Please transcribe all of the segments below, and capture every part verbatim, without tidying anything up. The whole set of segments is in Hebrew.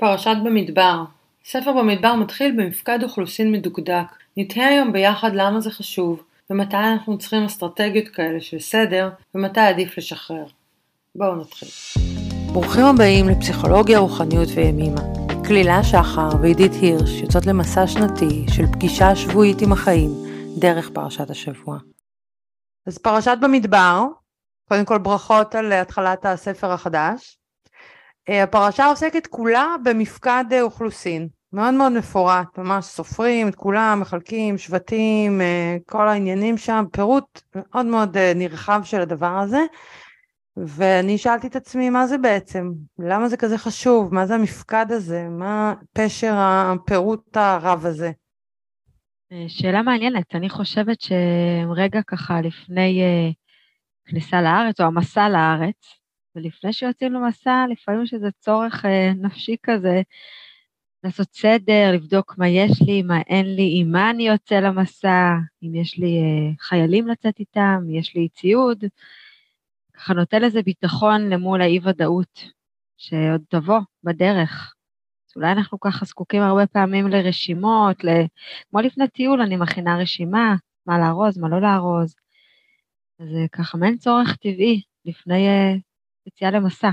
פרשת במדבר. ספר במדבר מתחיל במפקד אוכלוסין מדוקדק. נתהה היום ביחד למה זה חשוב, ומתי אנחנו צריכים אסטרטגיות כאלה של סדר, ומתי עדיף לשחרר. בואו נתחיל. ברוכים הבאים לפסיכולוגיה, רוחניות וימימה. כלילה שחר ועידית הירש יוצאות למסע שנתי של פגישה שבועית עם החיים, דרך פרשת השבוע. אז פרשת במדבר, קודם כל ברכות על התחלת הספר החדש. הפרשה עוסקת כולה במפקד אוכלוסין, מאוד מאוד מפורט, ממש סופרים את כולם, מחלקים, שבטים, כל העניינים שם, פירוט מאוד מאוד נרחב של הדבר הזה, ואני שאלתי את עצמי מה זה בעצם, למה זה כזה חשוב, מה זה המפקד הזה, מה פשר הפירוט הרב הזה. שאלה מעניינת, אני חושבת שרגע ככה לפני כניסה לארץ או המסע לארץ, ולפני שיוצאים למסע, לפעמים שזה צורך אה, נפשי כזה, לעשות סדר, לבדוק מה יש לי, מה אין לי, עם מה אני יוצא למסע, אם יש לי אה, חיילים לצאת איתם, יש לי ציוד, ככה נותן לזה ביטחון למול האי-ודאות, שעוד תבוא בדרך. אז אולי אנחנו ככה זקוקים הרבה פעמים לרשימות, ל... כמו לפני טיול אני מכינה רשימה, מה לארוז, מה לא לארוז, אז אה, ככה מעין צורך טבעי, לפני... אה, יציאה למסע.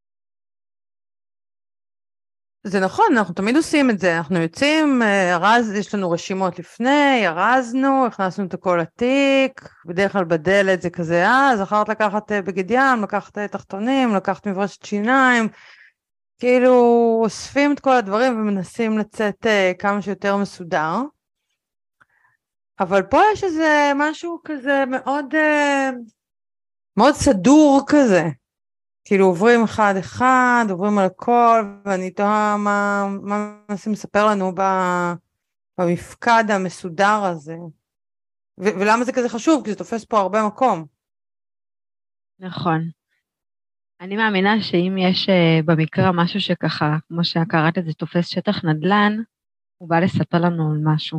זה נכון, אנחנו תמיד עושים את זה, אנחנו יוצאים, ארז, יש לנו רשימות לפני, ארזנו, הכנסנו את הכל לתיק, בדרך כלל בדלת זה כזה, אה, זכרת לקחת בגד ים, לקחת תחתונים, לקחת מברשת שיניים, כאילו אוספים את כל הדברים ומנסים לצאת כמה שיותר מסודר, אבל פה יש איזה משהו כזה מאוד, מאוד סדור כזה, כאילו עוברים אחד אחד, עוברים על הכל, ואני תוהה מה, מה מנסים לספר לנו במפקד המסודר הזה. ו- ולמה זה כזה חשוב? כי זה תופס פה הרבה מקום. נכון. אני מאמינה שאם יש uh, במקרה משהו שככה, כמו שקראת את זה, תופס שטח נדל"ן, הוא בא לספר לנו על משהו.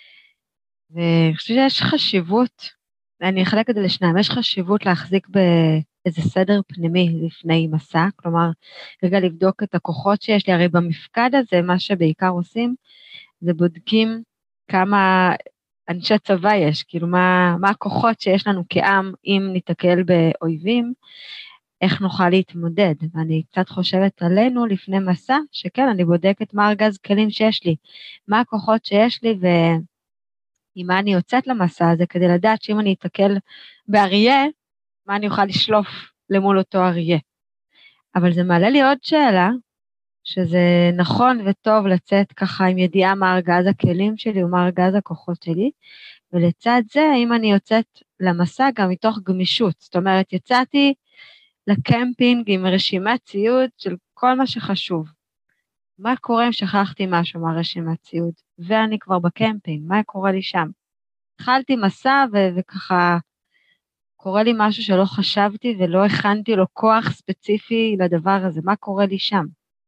ואני חושבת שיש חשיבות, אני אחלק את זה לשניים, יש חשיבות להחזיק באיזה סדר פנימי לפני מסע, כלומר, רגע לבדוק את הכוחות שיש לי, הרי במפקד הזה, מה שבעיקר עושים, זה בודקים כמה אנשי צבא יש, כאילו מה, מה הכוחות שיש לנו כעם אם ניתקל באויבים, איך נוכל להתמודד. ואני קצת חושבת עלינו לפני מסע, שכן, אני בודקת מה ארגז כלים שיש לי, מה הכוחות שיש לי ועם מה אני יוצאת למסע הזה, כדי לדעת שאם אני אתקל באריה, מה אני אוכל לשלוף למול אותו אריה. אבל זה מעלה לי עוד שאלה, שזה נכון וטוב לצאת ככה עם ידיעה מה ארגז הכלים שלי ומה ארגז הכוחות שלי, ולצד זה, אם אני יוצאת למסע גם מתוך גמישות, זאת אומרת, יצאתי לקמפינג עם רשימת ציוד של כל מה שחשוב. מה קורה אם שכחתי משהו מהרשימת ציוד, ואני כבר בקמפינג, מה קורה לי שם? התחלתי מסע ו- וככה קורה לי משהו שלא חשבתי ולא הכנתי לו כוח ספציפי לדבר הזה, מה קורה לי שם?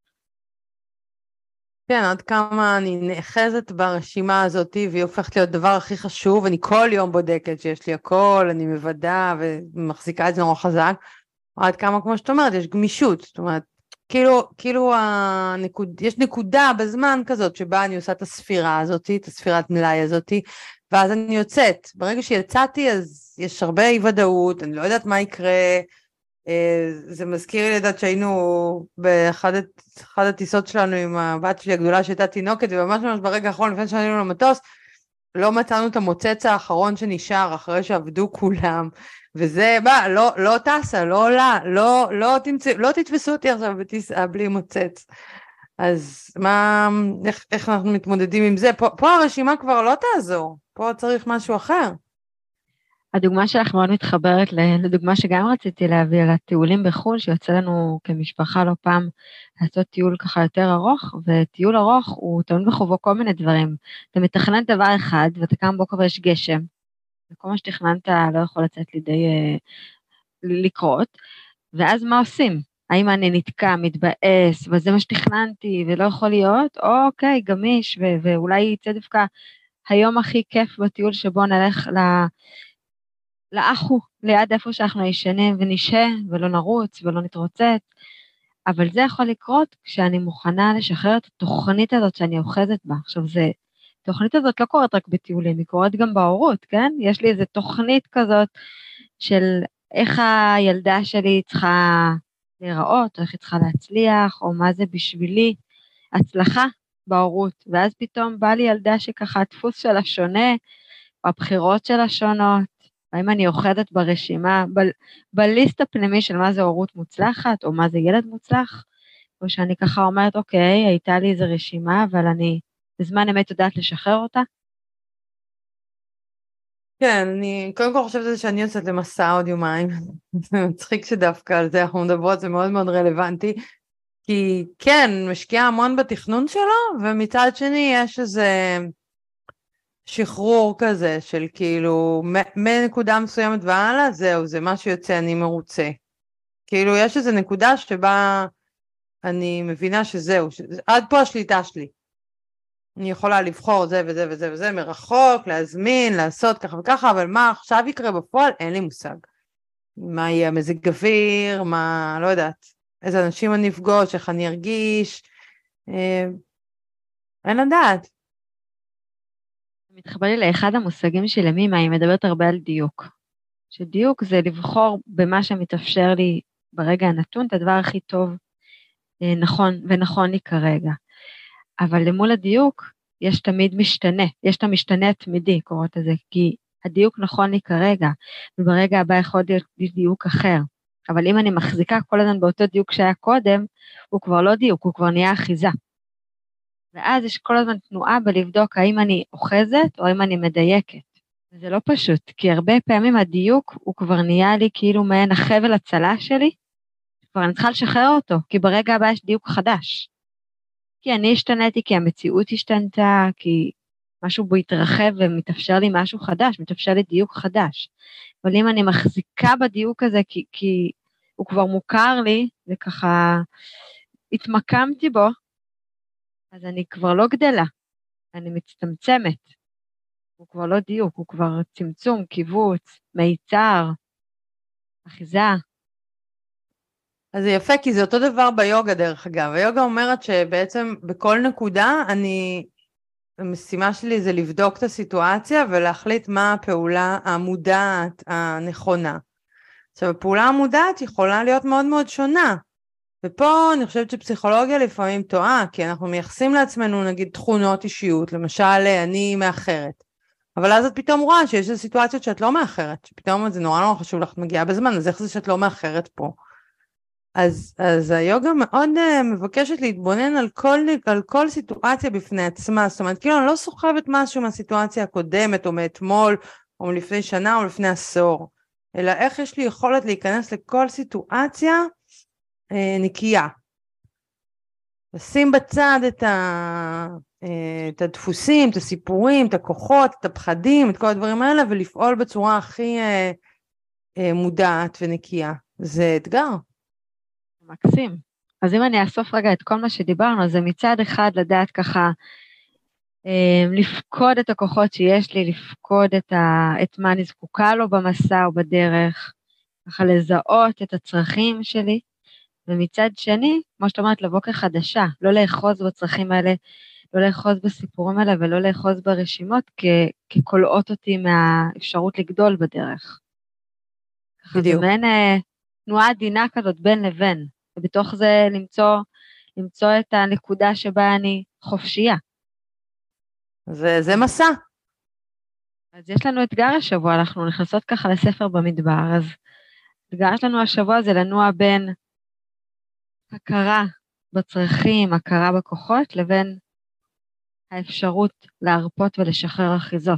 כן, עד כמה אני נאחזת ברשימה הזאת, והיא הופכת להיות דבר הכי חשוב, אני כל יום בודקת שיש לי הכל, אני מוודא ומחזיקה את זה נורא חזק, עד כמה, כמו שאת אומרת, יש גמישות, זאת אומרת, כאילו, כאילו הנקוד, יש נקודה בזמן כזאת, שבה אני עושה את הספירה הזאת, את הספירת מלאי הזאת, ואז אני יוצאת, ברגע שיצאתי, אז יש הרבה אי ודאות, אני לא יודעת מה יקרה, זה מזכיר לי לדעת שהיינו באחד הטיסות שלנו עם הבת שלי הגדולה שהייתה תינוקת, וממש ממש ברגע האחרון לפני שהיינו למטוס, לא מצאנו את המוצץ האחרון שנשאר אחרי שעבדו כולם, וזה בא, לא, לא טסה, לא עולה, לא, לא, תמצא, לא תתפסו אותי עכשיו בטיסה בלי מוצץ. אז מה, איך, איך אנחנו מתמודדים עם זה? פה, פה הרשימה כבר לא תעזור, פה צריך משהו אחר. הדוגמה שלך מאוד מתחברת לדוגמה שגם רציתי להביא על הטיולים בחו"ל, שיוצא לנו כמשפחה לא פעם לעשות טיול ככה יותר ארוך, וטיול ארוך הוא טעון בחובו כל מיני דברים. אתה מתכנן דבר אחד, ואתה קם בוקר ויש גשם, וכל מה שתכננת לא יכול לצאת לידי אה, לקרות, ואז מה עושים? האם אני נתקע, מתבאס, וזה מה שתכננתי, ולא יכול להיות, או אוקיי, גמיש, ו- ואולי יצא דווקא היום הכי כיף בטיול שבו נלך ל... לאחו, ליד איפה שאנחנו ישנים ונשהה ולא נרוץ ולא נתרוצץ, אבל זה יכול לקרות כשאני מוכנה לשחרר את התוכנית הזאת שאני אוחזת בה. עכשיו זה, התוכנית הזאת לא קורית רק בטיולים, היא קורית גם בהורות, כן? יש לי איזו תוכנית כזאת של איך הילדה שלי צריכה להיראות, או איך היא צריכה להצליח, או מה זה בשבילי הצלחה בהורות. ואז פתאום בא לי ילדה שככה הדפוס שלה שונה, או הבחירות שלה שונות, האם אני אוחדת ברשימה, ב, בליסט הפנימי של מה זה הורות מוצלחת, או מה זה ילד מוצלח, או שאני ככה אומרת, אוקיי, הייתה לי איזו רשימה, אבל אני בזמן אמת יודעת לשחרר אותה. כן, אני קודם כל חושבת שאני יוצאת למסע עוד יומיים, זה מצחיק שדווקא על זה אנחנו מדברות, זה מאוד מאוד רלוונטי, כי כן, משקיעה המון בתכנון שלו, ומצד שני יש איזה שחרור כזה של כאילו, מנקודה מסוימת והלאה, זהו, זה מה שיוצא, אני מרוצה. כאילו יש איזו נקודה שבה אני מבינה שזהו, עד פה השליטה שלי. אני יכולה לבחור זה וזה וזה וזה מרחוק, להזמין, לעשות ככה וככה, אבל מה עכשיו יקרה בפועל? אין לי מושג. מה יהיה מזג אוויר, מה, לא יודעת, איזה אנשים אני אפגוש, איך אני ארגיש, אה, אין לדעת. מתחבר לי לאחד המושגים של ימימה, היא מדברת הרבה על דיוק. שדיוק זה לבחור במה שמתאפשר לי ברגע הנתון, את הדבר הכי טוב, אה, נכון ונכון לי כרגע. אבל למול הדיוק יש תמיד משתנה, יש את המשתנה התמידי, קוראות לזה, כי הדיוק נכון לי כרגע, וברגע הבא יכול להיות דיוק אחר. אבל אם אני מחזיקה כל הזמן באותו דיוק שהיה קודם, הוא כבר לא דיוק, הוא כבר נהיה אחיזה. ואז יש כל הזמן תנועה בלבדוק האם אני אוחזת או האם אני מדייקת. וזה לא פשוט, כי הרבה פעמים הדיוק הוא כבר נהיה לי כאילו מעין החבל הצלה שלי, כבר אני צריכה לשחרר אותו, כי ברגע הבא יש דיוק חדש. כי אני השתניתי, כי המציאות השתנתה, כי משהו בו התרחב ומתאפשר לי משהו חדש, מתאפשר לי דיוק חדש. אבל אם אני מחזיקה בדיוק הזה, כי, כי הוא כבר מוכר לי, וככה התמקמתי בו, אז אני כבר לא גדלה, אני מצטמצמת. הוא כבר לא דיוק, הוא כבר צמצום, קיבוץ, מיצר, אחיזה. אז זה יפה, כי זה אותו דבר ביוגה דרך אגב. היוגה אומרת שבעצם בכל נקודה אני, המשימה שלי זה לבדוק את הסיטואציה ולהחליט מה הפעולה המודעת הנכונה. עכשיו, הפעולה המודעת יכולה להיות מאוד מאוד שונה. ופה אני חושבת שפסיכולוגיה לפעמים טועה, כי אנחנו מייחסים לעצמנו נגיד תכונות אישיות, למשל אני מאחרת. אבל אז את פתאום רואה שיש איזו סיטואציות שאת לא מאחרת, שפתאום זה נורא נורא חשוב לך, את מגיעה בזמן, אז איך זה שאת לא מאחרת פה? אז, אז היוגה מאוד uh, מבקשת להתבונן על כל, על כל סיטואציה בפני עצמה, זאת אומרת, כאילו אני לא סוחבת משהו מהסיטואציה הקודמת, או מאתמול, או מלפני שנה, או לפני עשור, אלא איך יש לי יכולת להיכנס לכל סיטואציה אה, נקייה. לשים בצד את, ה, אה, את הדפוסים, את הסיפורים, את הכוחות, את הפחדים, את כל הדברים האלה, ולפעול בצורה הכי אה, אה, מודעת ונקייה. זה אתגר. מקסים. אז אם אני אאסוף רגע את כל מה שדיברנו, זה מצד אחד לדעת ככה, אה, לפקוד את הכוחות שיש לי, לפקוד את, ה, את מה אני זקוקה לו במסע או בדרך, ככה לזהות את הצרכים שלי, ומצד שני, כמו שאת אומרת, לבוא כחדשה, לא לאחוז בצרכים האלה, לא לאחוז בסיפורים האלה, ולא לאחוז ברשימות, כ- כקולעות אותי מהאפשרות לגדול בדרך. בדיוק. זה מעין אה, תנועה עדינה כזאת בין לבין, ובתוך זה למצוא, למצוא את הנקודה שבה אני חופשייה. זה, זה מסע. אז יש לנו אתגר השבוע, אנחנו נכנסות ככה לספר במדבר, אז אתגר שלנו השבוע זה לנוע בין הכרה בצרכים, הכרה בכוחות, לבין האפשרות להרפות ולשחרר אחיזות.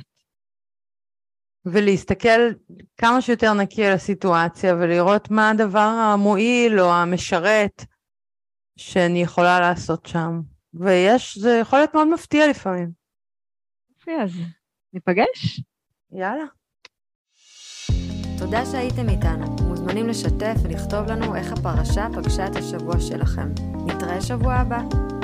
ולהסתכל כמה שיותר נקי על הסיטואציה, ולראות מה הדבר המועיל או המשרת שאני יכולה לעשות שם. ויש, זה יכול להיות מאוד מפתיע לפעמים. יופי, אז ניפגש? יאללה. תודה שהייתם איתנו. מוזמנים לשתף ולכתוב לנו איך הפרשה פגשה את השבוע שלכם. נתראה שבוע הבא.